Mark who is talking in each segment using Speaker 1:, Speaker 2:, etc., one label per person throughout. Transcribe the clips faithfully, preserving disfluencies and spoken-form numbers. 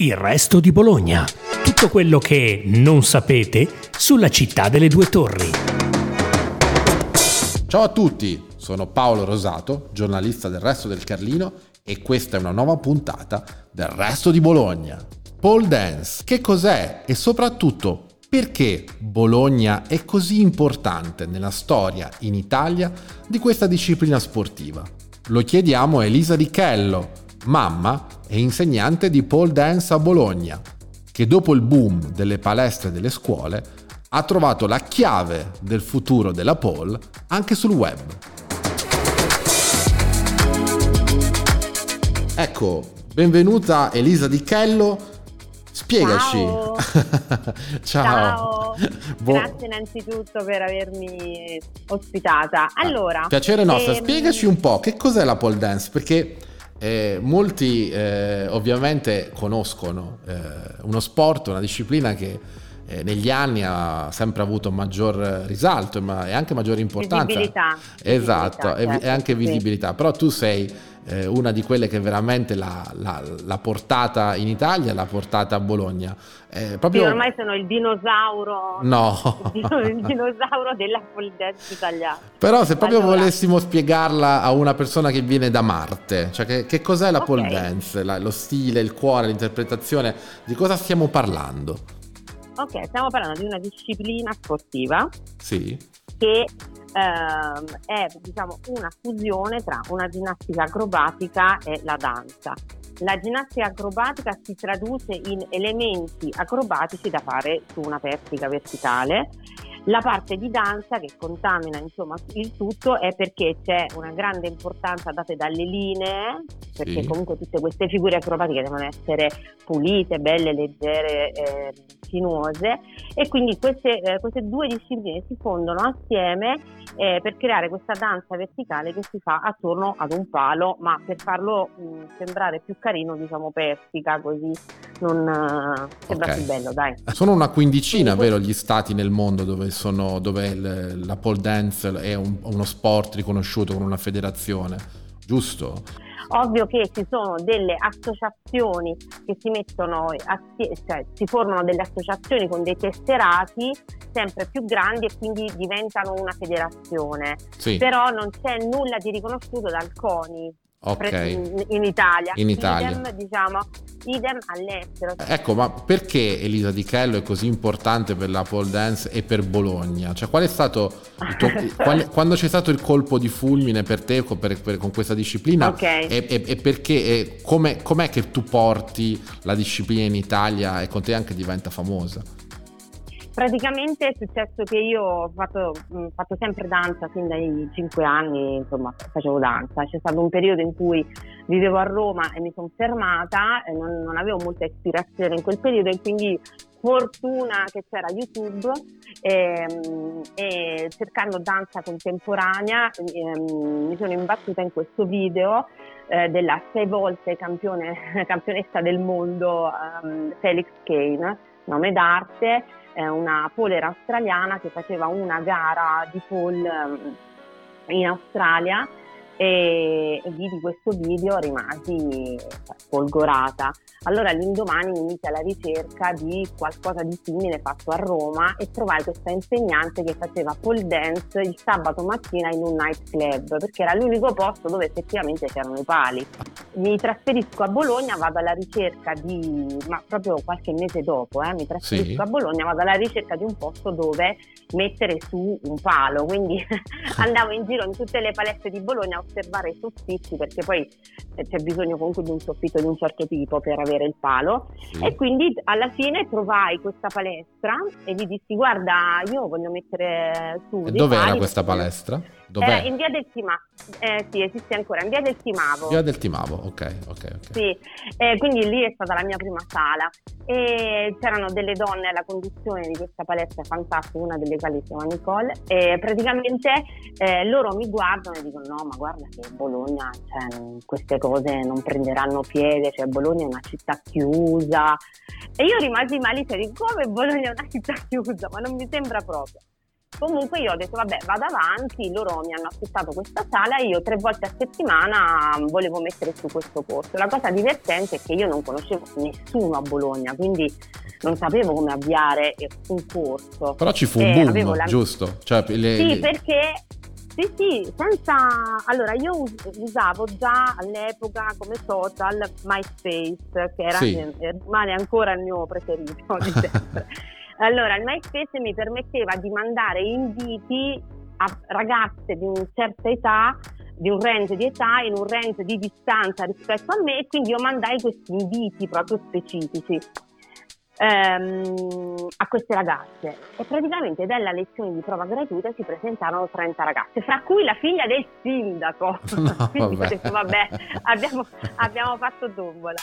Speaker 1: Il resto di Bologna. Tutto quello che non sapete sulla città delle due torri.
Speaker 2: Ciao a tutti, sono Paolo Rosato, giornalista del Resto del Carlino, e questa è una nuova puntata del Resto di Bologna. Pole dance, che cos'è e soprattutto perché Bologna è così importante nella storia in Italia di questa disciplina sportiva? Lo chiediamo a Elisa Richello, mamma e insegnante di pole dance a Bologna, che dopo il boom delle palestre e delle scuole ha trovato la chiave del futuro della pole anche sul web. Ecco, benvenuta Elisa Richello, spiegaci.
Speaker 3: Ciao.
Speaker 2: Ciao.
Speaker 3: Ciao.
Speaker 2: Bo-
Speaker 3: Grazie innanzitutto per avermi ospitata. Allora,
Speaker 2: piacere nostro,
Speaker 3: ehm...
Speaker 2: spiegaci un po' che cos'è la pole dance, perché Eh, molti eh, ovviamente conoscono eh, uno sport, una disciplina che eh, negli anni ha sempre avuto maggior risalto e, ma- e anche maggiore importanza.
Speaker 3: Visibilità.
Speaker 2: Esatto,
Speaker 3: Visibilità,
Speaker 2: e,
Speaker 3: certo,
Speaker 2: e anche
Speaker 3: sì.
Speaker 2: visibilità. Però tu sei eh, una di quelle che veramente l'ha, l'ha, l'ha portata in Italia, l'ha portata a Bologna. Eh, proprio...
Speaker 3: Sì, ormai sono il dinosauro.
Speaker 2: No.
Speaker 3: Il, dino- il dinosauro della pole dance italiana.
Speaker 2: Però se proprio
Speaker 3: Allora,
Speaker 2: volessimo spiegarla a una persona che viene da Marte, cioè che, che cos'è la pole
Speaker 3: Ok.
Speaker 2: dance, la- lo stile, il cuore, l'interpretazione, di cosa stiamo parlando?
Speaker 3: ok, stiamo parlando di una disciplina sportiva
Speaker 2: Sì,
Speaker 3: che ehm, è, diciamo, una fusione tra una ginnastica acrobatica e la danza. La ginnastica acrobatica si traduce in elementi acrobatici da fare su una persica verticale. La parte di danza che contamina insomma il tutto è perché c'è una grande importanza data dalle linee, perché
Speaker 2: Sì.
Speaker 3: comunque tutte queste figure acrobatiche devono essere pulite, belle, leggere, eh, sinuose, e quindi queste, eh, queste due discipline si fondono assieme eh, per creare questa danza verticale che si fa attorno ad un palo, ma per farlo mh, sembrare più carino, diciamo persica, così non eh, sembra
Speaker 2: Ok.
Speaker 3: più bello, dai.
Speaker 2: sono una quindicina,
Speaker 3: Quindi-
Speaker 2: vero, gli stati nel mondo dove sono dove il- la pole dance è un- uno sport riconosciuto con una federazione, giusto?
Speaker 3: Ovvio che ci sono delle associazioni che si mettono assie- cioè si formano delle associazioni con dei tesserati sempre più grandi e quindi diventano una federazione,
Speaker 2: Sì,
Speaker 3: però non c'è nulla di riconosciuto dal CONI pre-
Speaker 2: ok.
Speaker 3: in, in Italia.
Speaker 2: In Italia.
Speaker 3: Idem, diciamo, idem all'estero.
Speaker 2: Ecco, ma perché Elisa Richello è così importante per la pole dance e per Bologna? Cioè, qual è stato il tuo, qual- quando c'è stato il colpo di fulmine per te con, per- per- con questa disciplina?
Speaker 3: Ok.
Speaker 2: E, e- e perché, e come, com'è che tu porti la disciplina in Italia e con te anche diventa famosa?
Speaker 3: Praticamente è successo che io ho fatto, mh, fatto sempre danza fin dai cinque anni, insomma facevo danza. C'è stato un periodo in cui vivevo a Roma e mi sono fermata e non, non avevo molta ispirazione in quel periodo, e quindi fortuna che c'era YouTube, ehm, e cercando danza contemporanea ehm, mi sono imbattuta in questo video eh, della sei volte campione, campionessa del mondo ehm, Felix Kane, nome d'arte, è una poler australiana che faceva una gara di pole ehm, in Australia, e, e vidi questo video, rimasi folgorata. Allora l'indomani mi misi alla ricerca di qualcosa di simile fatto a Roma e trovai questa insegnante che faceva pole dance il sabato mattina in un night club, perché era l'unico posto dove effettivamente c'erano i pali. Mi trasferisco a Bologna, vado alla ricerca di, ma proprio qualche mese dopo, eh, mi trasferisco
Speaker 2: Sì.
Speaker 3: a Bologna, vado alla ricerca di un posto dove mettere su un palo, quindi andavo in giro in tutte le palestre di Bologna a osservare i soffitti, perché poi eh, c'è bisogno comunque di un soffitto di un certo tipo per avere il palo.
Speaker 2: Sì.
Speaker 3: E quindi alla fine trovai questa palestra e gli dissi: guarda, io voglio mettere su
Speaker 2: E
Speaker 3: dei
Speaker 2: dov'era
Speaker 3: pali,
Speaker 2: questa
Speaker 3: perché-
Speaker 2: palestra?
Speaker 3: Era
Speaker 2: Dov'è?
Speaker 3: in via del Timavo, eh, sì, esiste ancora, in via del Timavo.
Speaker 2: Via del Timavo, ok, ok, ok.
Speaker 3: Sì, eh, quindi lì è stata la mia prima sala e c'erano delle donne alla conduzione di questa palestra fantastica, una delle quali si chiama Nicole, e praticamente eh, loro mi guardano e dicono: no, ma guarda che Bologna, cioè, queste cose non prenderanno piede, cioè Bologna è una città chiusa. E io rimasi malissimo, dico: come Bologna è una città chiusa? Ma non mi sembra proprio. Comunque io ho detto vabbè, vado avanti, loro mi hanno affittato questa sala e io tre volte a settimana volevo mettere su questo corso. La cosa divertente è che io non conoscevo nessuno a Bologna, quindi non sapevo come avviare un corso.
Speaker 2: Però ci fu un
Speaker 3: eh,
Speaker 2: boom,
Speaker 3: la...
Speaker 2: giusto? Cioè, le,
Speaker 3: sì,
Speaker 2: le...
Speaker 3: perché sì, sì, senza... Allora, io us- usavo già all'epoca come social MySpace, che era,
Speaker 2: Sì.
Speaker 3: eh, rimane ancora il mio preferito di sempre. Allora, il MySpace mi permetteva di mandare inviti a ragazze di una certa età, di un range di età, in un range di distanza rispetto a me, e quindi io mandai questi inviti proprio specifici ehm, a queste ragazze. E praticamente dalla lezione di prova gratuita si presentarono trenta ragazze, fra cui la figlia del sindaco.
Speaker 2: No,
Speaker 3: Quindi
Speaker 2: vabbè.
Speaker 3: ho detto, vabbè, abbiamo, abbiamo fatto tombola.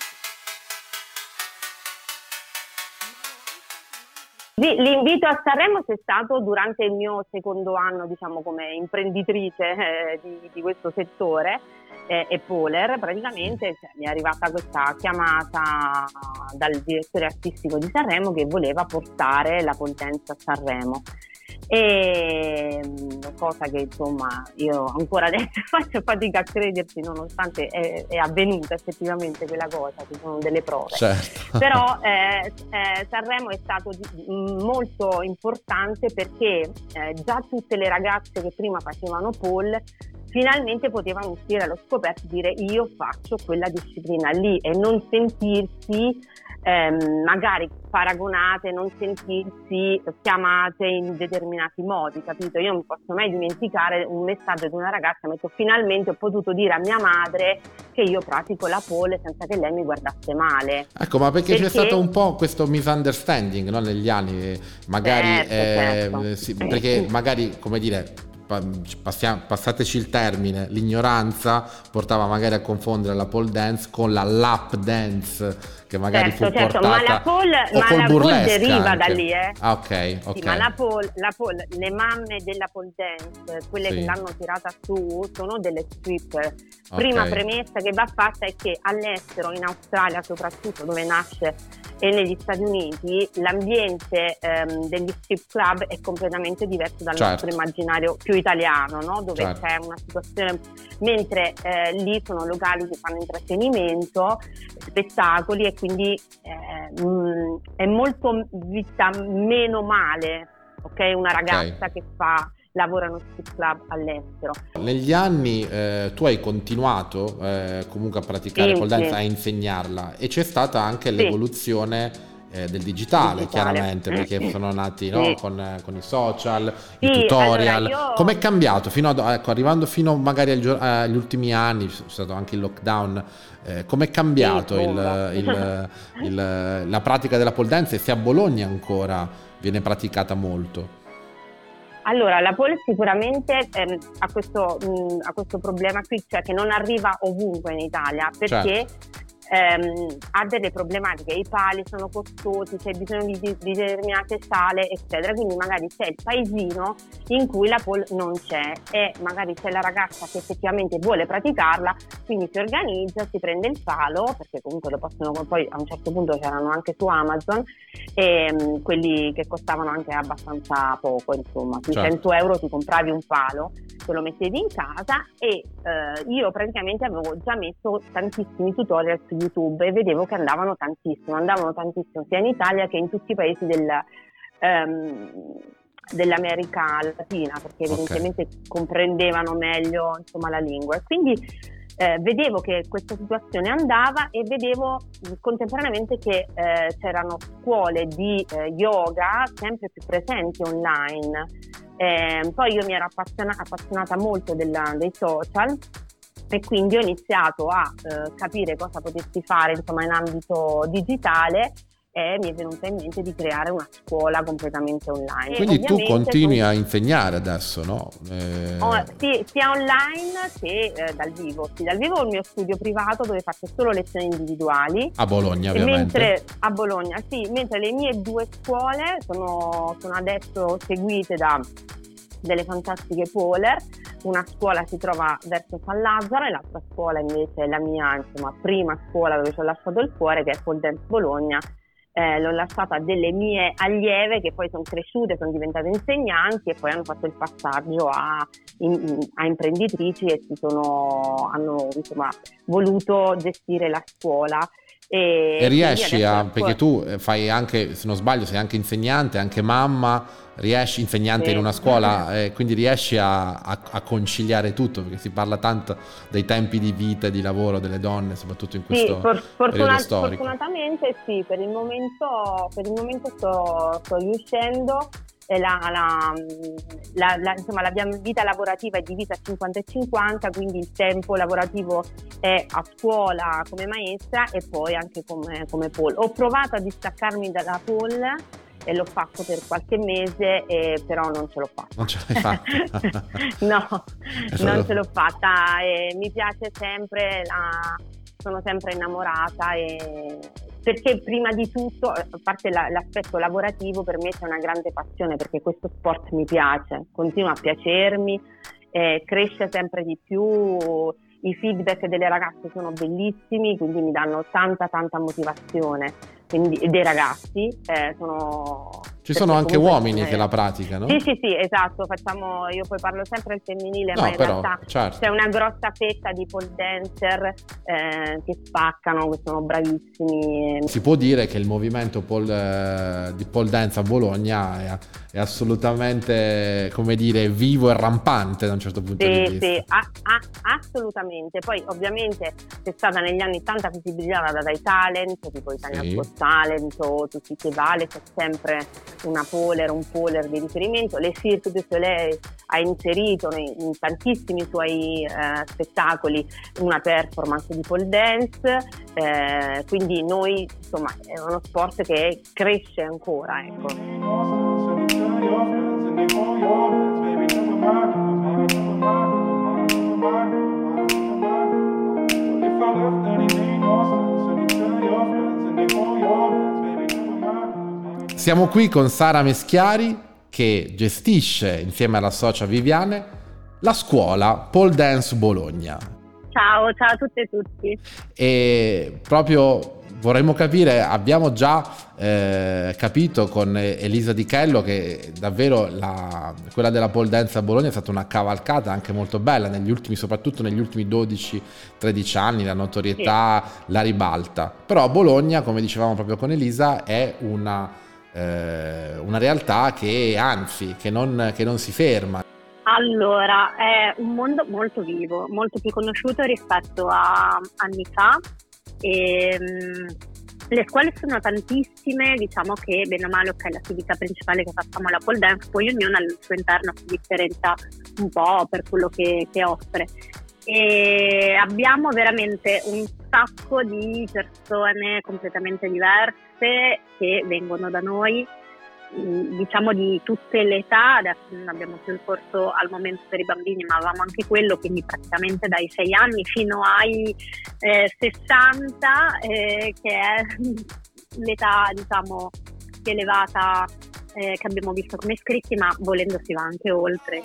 Speaker 3: Sì, l'invito a Sanremo c'è stato durante il mio secondo anno, diciamo, come imprenditrice eh, di, di questo settore eh, e poler. Praticamente cioè, mi è arrivata questa chiamata dal direttore artistico di Sanremo che voleva portare la pole dance a Sanremo. E cosa che insomma io ancora adesso faccio fatica a crederci, nonostante è, è avvenuta effettivamente quella cosa, ci sono delle prove.
Speaker 2: Certo.
Speaker 3: Però eh, eh, Sanremo è stato di, molto importante perché eh, già tutte le ragazze che prima facevano pole finalmente potevano uscire allo scoperto e dire io faccio quella disciplina lì, e non sentirsi ehm, magari paragonate, non sentirsi chiamate in determinati modi, capito? Io non posso mai dimenticare un messaggio di una ragazza, mi ha detto finalmente ho potuto dire a mia madre che io pratico la pole senza che lei mi guardasse male.
Speaker 2: Ecco, ma perché,
Speaker 3: Perché
Speaker 2: c'è stato un po' questo misunderstanding, no, negli anni, magari
Speaker 3: certo,
Speaker 2: eh,
Speaker 3: certo.
Speaker 2: sì, perché magari, come dire, passiamo, passateci il termine, l'ignoranza portava magari a confondere la pole dance con la lap dance, che magari
Speaker 3: certo,
Speaker 2: fu
Speaker 3: certo,
Speaker 2: portata,
Speaker 3: ma la pole,
Speaker 2: o
Speaker 3: ma
Speaker 2: col
Speaker 3: la pole
Speaker 2: burlesque
Speaker 3: deriva
Speaker 2: anche.
Speaker 3: da lì, eh?
Speaker 2: Ah, ok, ok.
Speaker 3: Sì, ma la pole, la pole, le mamme della pole dance, quelle
Speaker 2: Sì.
Speaker 3: che l'hanno tirata su, sono delle stripper. Prima
Speaker 2: Ok.
Speaker 3: premessa che va fatta è che all'estero, in Australia soprattutto, dove nasce, e negli Stati Uniti, l'ambiente ehm, degli strip club è completamente diverso dal
Speaker 2: Certo.
Speaker 3: nostro immaginario più italiano, no? Dove
Speaker 2: Certo.
Speaker 3: c'è una situazione, mentre eh, lì sono locali che fanno intrattenimento, spettacoli, e quindi eh, mh, è molto vista meno male, ok? Una ragazza
Speaker 2: Ok.
Speaker 3: che fa lavora in uno strip club all'estero.
Speaker 2: Negli anni eh, tu hai continuato eh, comunque a praticare
Speaker 3: Sì,
Speaker 2: pole dance,
Speaker 3: sì.
Speaker 2: a insegnarla, e c'è stata anche
Speaker 3: Sì.
Speaker 2: l'evoluzione eh, del digitale,
Speaker 3: Digitale.
Speaker 2: chiaramente, perché sono nati, no,
Speaker 3: Sì.
Speaker 2: con, con i social,
Speaker 3: Sì,
Speaker 2: i tutorial.
Speaker 3: allora io-
Speaker 2: Com'è cambiato fino ad, ecco, arrivando fino magari al gio- agli ultimi anni, c'è stato anche il lockdown, eh, com'è cambiato
Speaker 3: Sì,
Speaker 2: il,
Speaker 3: bomba.
Speaker 2: il- il- la pratica della pole dance, e se a Bologna ancora viene praticata molto?
Speaker 3: Allora, la pole sicuramente ehm, ha, questo, mh, ha questo problema qui, cioè che non arriva ovunque in Italia, perché ehm, ha delle problematiche, i pali sono costosi, c'è bisogno di, di, di determinate sale, eccetera, quindi magari c'è il paesino in cui la pole non c'è, e magari c'è la ragazza che effettivamente vuole praticarla, quindi si organizza, si prende il palo, perché comunque lo possono, poi a un certo punto c'erano anche su Amazon, e, mh, quelli che costavano anche abbastanza poco, insomma, sui
Speaker 2: Certo.
Speaker 3: cento euro ti compravi un palo, te lo mettevi in casa, e eh, io praticamente avevo già messo tantissimi tutorial su YouTube e vedevo che andavano tantissimo, andavano tantissimo sia in Italia che in tutti i paesi del, ehm, dell'America Latina, perché
Speaker 2: Ok.
Speaker 3: evidentemente comprendevano meglio, insomma, la lingua, e quindi eh, vedevo che questa situazione andava, e vedevo contemporaneamente che eh, c'erano scuole di eh, yoga sempre più presenti online. Eh, poi io mi ero appassiona- appassionata molto della- dei social, e quindi ho iniziato a eh, capire cosa potessi fare, insomma, in ambito digitale, e mi è venuta in mente di creare una scuola completamente online.
Speaker 2: Quindi tu
Speaker 3: Ovviamente
Speaker 2: continui
Speaker 3: sono-
Speaker 2: a insegnare adesso, no? Eh,
Speaker 3: Oh, sì, sia online che eh, dal vivo. Sì, dal vivo ho il mio studio privato dove faccio solo lezioni individuali.
Speaker 2: a Bologna,
Speaker 3: E
Speaker 2: ovviamente.
Speaker 3: mentre a Bologna, sì, mentre le mie due scuole sono, sono adesso seguite da delle fantastiche poler. Una scuola si trova verso San Lazzaro, e l'altra scuola invece è la mia, insomma, prima scuola dove ci ho lasciato il cuore, che è Pole Dance Bologna, eh, l'ho lasciata a delle mie allieve che poi sono cresciute, sono diventate insegnanti e poi hanno fatto il passaggio a, in, a imprenditrici e si sono, hanno insomma voluto gestire la scuola. E,
Speaker 2: e riesci a,
Speaker 3: adesso...
Speaker 2: perché tu fai anche, se non sbaglio, sei anche insegnante, anche mamma, riesci, insegnante
Speaker 3: sì.
Speaker 2: in una scuola, eh, quindi riesci a, a, a conciliare tutto, perché si parla tanto dei tempi di vita e di lavoro delle donne, soprattutto in questo
Speaker 3: sì, for,
Speaker 2: periodo
Speaker 3: fortunat-
Speaker 2: storico.
Speaker 3: Fortunatamente sì, per il momento, per il momento sto, sto riuscendo. La, la, la, la, insomma, la mia vita lavorativa è divisa cinquanta e cinquanta, quindi il tempo lavorativo è a scuola come maestra e poi anche come, come pole. Ho provato a distaccarmi dalla pole e l'ho fatto per qualche mese, eh, però non ce l'ho fatta.
Speaker 2: Non ce l'hai fatta?
Speaker 3: No, non ce l'ho fatta. E mi piace sempre, la, sono sempre innamorata e... perché prima di tutto, a parte la, l'aspetto lavorativo, per me c'è una grande passione, perché questo sport mi piace, continua a piacermi, eh, cresce sempre di più, i feedback delle ragazze sono bellissimi, quindi mi danno tanta tanta motivazione. Quindi, dei ragazzi eh, sono...
Speaker 2: Ci sono anche
Speaker 3: comunque,
Speaker 2: uomini
Speaker 3: eh,
Speaker 2: che la praticano?
Speaker 3: Sì, sì, sì, esatto, facciamo, io poi parlo sempre al femminile,
Speaker 2: no,
Speaker 3: ma in
Speaker 2: però,
Speaker 3: realtà
Speaker 2: certo.
Speaker 3: c'è una grossa fetta di pole dancer eh, che spaccano, che sono bravissimi.
Speaker 2: Si può dire che il movimento pole, di pole dance a Bologna è, è assolutamente, come dire, vivo e rampante da un certo punto
Speaker 3: sì,
Speaker 2: di vista.
Speaker 3: Sì, a, a, assolutamente. Poi ovviamente c'è stata negli anni tanta visibilità dai talent, tipo Italia
Speaker 2: Sì.
Speaker 3: Got Talent o tutti i festival, c'è sempre una poler, un poler di riferimento. Le Cirque du Soleil ha inserito in, in tantissimi suoi eh, spettacoli una performance di pole dance, eh, quindi noi, insomma, è uno sport che cresce ancora, ecco.
Speaker 2: Siamo qui con Sara Meschiari, che gestisce insieme alla socia Viviane la scuola Pole Dance Bologna.
Speaker 3: Ciao, ciao a tutte e tutti.
Speaker 2: E proprio vorremmo capire, abbiamo già eh, capito con Elisa Di Chello che davvero la, quella della Pole Dance a Bologna è stata una cavalcata anche molto bella negli ultimi, soprattutto negli ultimi dodici tredici anni, la notorietà, sì, la ribalta. Però a Bologna, come dicevamo proprio con Elisa, è una una realtà che anzi che non, che non si ferma.
Speaker 4: Allora, è un mondo molto vivo, molto più conosciuto rispetto a anni fa e mh, le scuole sono tantissime, diciamo che bene o male, ok, l'attività principale che facciamo è la pole dance, poi ognuna al suo interno si differenzia un po' per quello che, che offre. E abbiamo veramente un sacco di persone completamente diverse che vengono da noi, diciamo di tutte le età. Adesso non abbiamo più il corso al momento per i bambini, ma avevamo anche quello, quindi praticamente dai sei anni fino ai eh, sessanta, eh, che è l'età, diciamo, più elevata Eh, che abbiamo visto come iscritti, ma volendo si va anche oltre.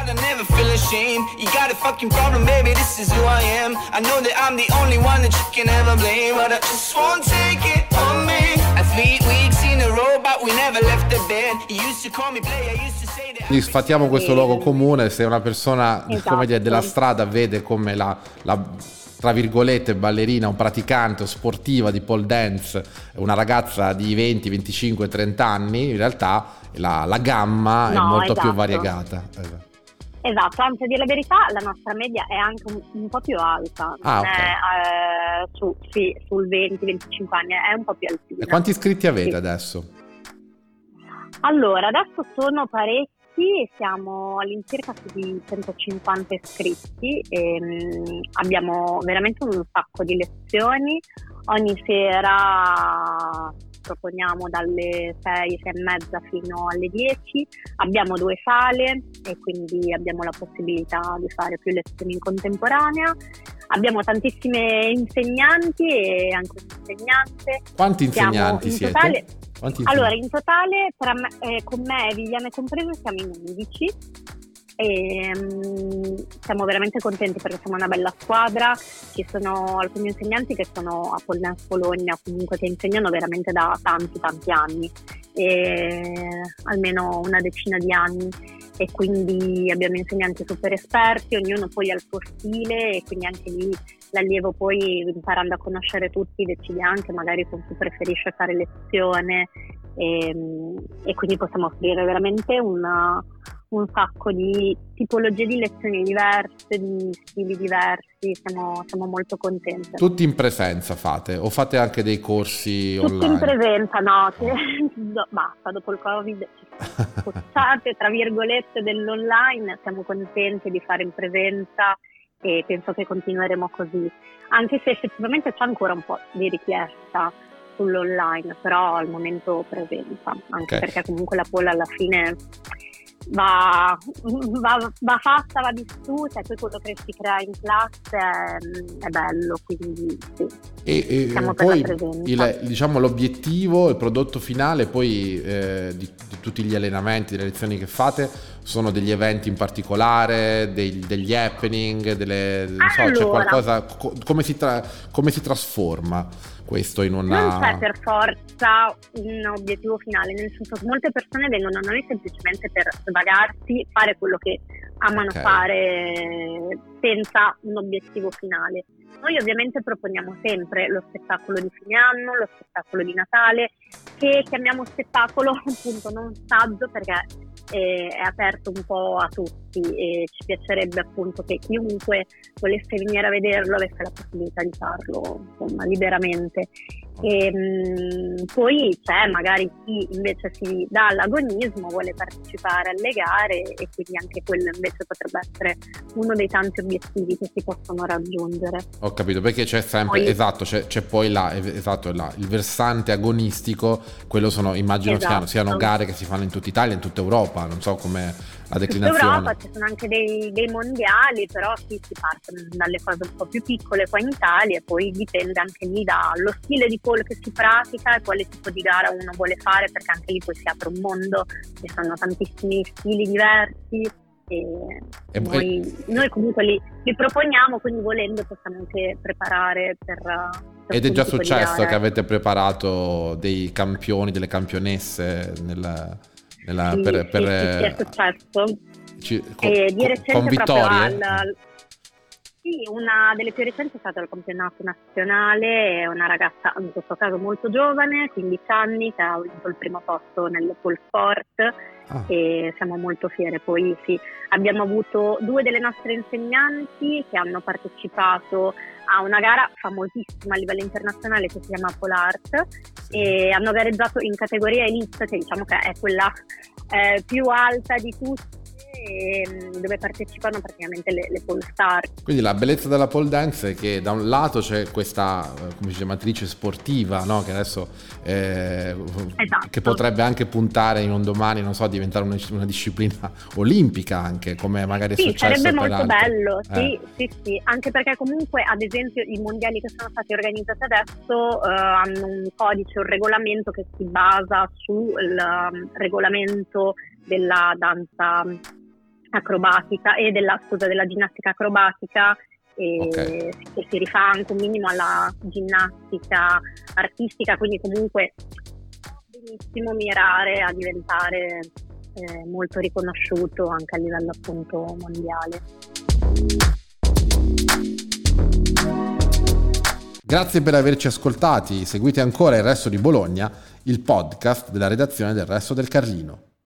Speaker 2: Quindi sfattiamo questo luogo comune: se una persona,
Speaker 4: esatto,
Speaker 2: come dire, della strada vede come la, la tra virgolette ballerina, un praticante o sportiva di pole dance, una ragazza di venti, venticinque, trenta anni, in realtà la, la gamma
Speaker 4: no,
Speaker 2: è molto
Speaker 4: esatto.
Speaker 2: più variegata. Esatto.
Speaker 4: Esatto, anzi, a dire la verità, la nostra media è anche un, un po' più alta,
Speaker 2: ah,
Speaker 4: okay. è, eh, su, sì, sul venti venticinque anni, è un po' più altina.
Speaker 2: E quanti iscritti avete
Speaker 4: sì.
Speaker 2: adesso?
Speaker 4: Allora, adesso sono parecchi, siamo all'incirca di centocinquanta iscritti e mh, abbiamo veramente un sacco di lezioni. Ogni sera proponiamo dalle sei, sei e mezza fino alle dieci, abbiamo due sale e quindi abbiamo la possibilità di fare più lezioni in contemporanea. Abbiamo tantissime insegnanti e anche un insegnante.
Speaker 2: Quanti insegnanti
Speaker 4: siamo in
Speaker 2: siete?
Speaker 4: Totale,
Speaker 2: Quanti
Speaker 4: allora, in totale tra me, eh, con me e Viviane comprese siamo in undici e um, siamo veramente contenti perché siamo una bella squadra. Ci sono alcuni insegnanti che sono a Pole Dance Bologna, comunque che insegnano veramente da tanti tanti anni, e almeno una decina di anni, e quindi abbiamo insegnanti super esperti, ognuno poi ha il suo stile, e quindi anche lì l'allievo poi, imparando a conoscere tutti, decide anche magari con chi preferisce fare lezione, e, e quindi possiamo offrire veramente una, un sacco di tipologie di lezioni diverse, di stili diversi. Siamo, siamo molto contenti.
Speaker 2: Tutti in presenza fate o fate anche dei corsi
Speaker 4: Tutti
Speaker 2: online?
Speaker 4: Tutti in presenza, no, no, basta, dopo il Covid ci sono scocciate tra virgolette dell'online, siamo contenti di fare in presenza e penso che continueremo così, anche se effettivamente c'è ancora un po' di richiesta sull'online, però al momento presenza, anche okay. perché comunque la pole alla fine va, va, va fatta, va vissuta, e poi quello che si crea in classe è, è bello, quindi sì.
Speaker 2: E, e poi il, diciamo, l'obiettivo, il prodotto finale poi eh, di, di tutti gli allenamenti, delle lezioni che fate, sono degli eventi in particolare, dei, degli happening, delle, non so, allora, c'è qualcosa, co- come, si tra, come si trasforma questo in una...
Speaker 4: Non c'è per forza un obiettivo finale, nel senso che molte persone vengono a noi semplicemente per svagarsi, fare quello che amano okay. fare senza un obiettivo finale. Noi ovviamente proponiamo sempre lo spettacolo di fine anno, lo spettacolo di Natale, che chiamiamo spettacolo appunto non saggio perché è, è aperto un po' a tutti, e ci piacerebbe appunto che chiunque volesse venire a vederlo avesse la possibilità di farlo, insomma, liberamente. E mh, poi c'è magari chi invece si dà all'agonismo, vuole partecipare alle gare, e quindi anche quello invece potrebbe essere uno dei tanti obiettivi che si possono raggiungere.
Speaker 2: Ho capito, perché c'è sempre, poi, esatto, c'è, c'è poi là, esatto, là, il versante agonistico, quello sono, immagino esatto. siano, siano gare che si fanno in tutta Italia, in tutta Europa, non so com'è la declinazione.
Speaker 4: In Europa ci sono anche dei, dei mondiali, però sì, si parte dalle cose un po' più piccole qua in Italia, e poi dipende anche lì dallo stile di pole che si pratica e quale tipo di gara uno vuole fare, perché anche lì poi si apre un mondo, ci sono tantissimi stili diversi, e, e noi, e, noi comunque li, li proponiamo, quindi volendo possiamo anche preparare per, per
Speaker 2: ed è già successo che avete preparato dei campioni, delle campionesse nella, nella,
Speaker 4: sì,
Speaker 2: per, per,
Speaker 4: sì, sì, sì, è successo
Speaker 2: ci, con,
Speaker 4: e di recente
Speaker 2: con vittorie?
Speaker 4: Al, sì, una delle più recenti è stata il campionato nazionale, è una ragazza in questo caso molto giovane, quindici anni, che ha vinto il primo posto nel pole sport, ah. e siamo molto fiere. Poi sì, abbiamo avuto due delle nostre insegnanti che hanno partecipato a una gara famosissima a livello internazionale che si chiama Pole Art, e hanno gareggiato in categoria Elite, che diciamo che è quella eh, più alta di tutte, dove partecipano praticamente le, le pole star.
Speaker 2: Quindi la bellezza della pole dance è che da un lato c'è questa, come si dice, matrice sportiva, no? Che adesso eh,
Speaker 4: esatto.
Speaker 2: che potrebbe anche puntare in un domani, non so, a diventare una, una disciplina olimpica, anche come magari è
Speaker 4: sì,
Speaker 2: successo
Speaker 4: sarebbe
Speaker 2: per
Speaker 4: molto
Speaker 2: altri.
Speaker 4: bello,
Speaker 2: eh.
Speaker 4: sì, sì, sì, anche perché comunque ad esempio i mondiali che sono stati organizzati adesso eh, hanno un codice, un regolamento che si basa sul um, regolamento della danza acrobatica e della scusa della ginnastica acrobatica, e okay. che si rifà anche un minimo alla ginnastica artistica, quindi comunque può benissimo mirare a diventare eh, molto riconosciuto anche a livello appunto mondiale.
Speaker 2: Grazie per averci ascoltati, seguite ancora Il Resto di Bologna, il podcast della redazione del Resto del Carlino.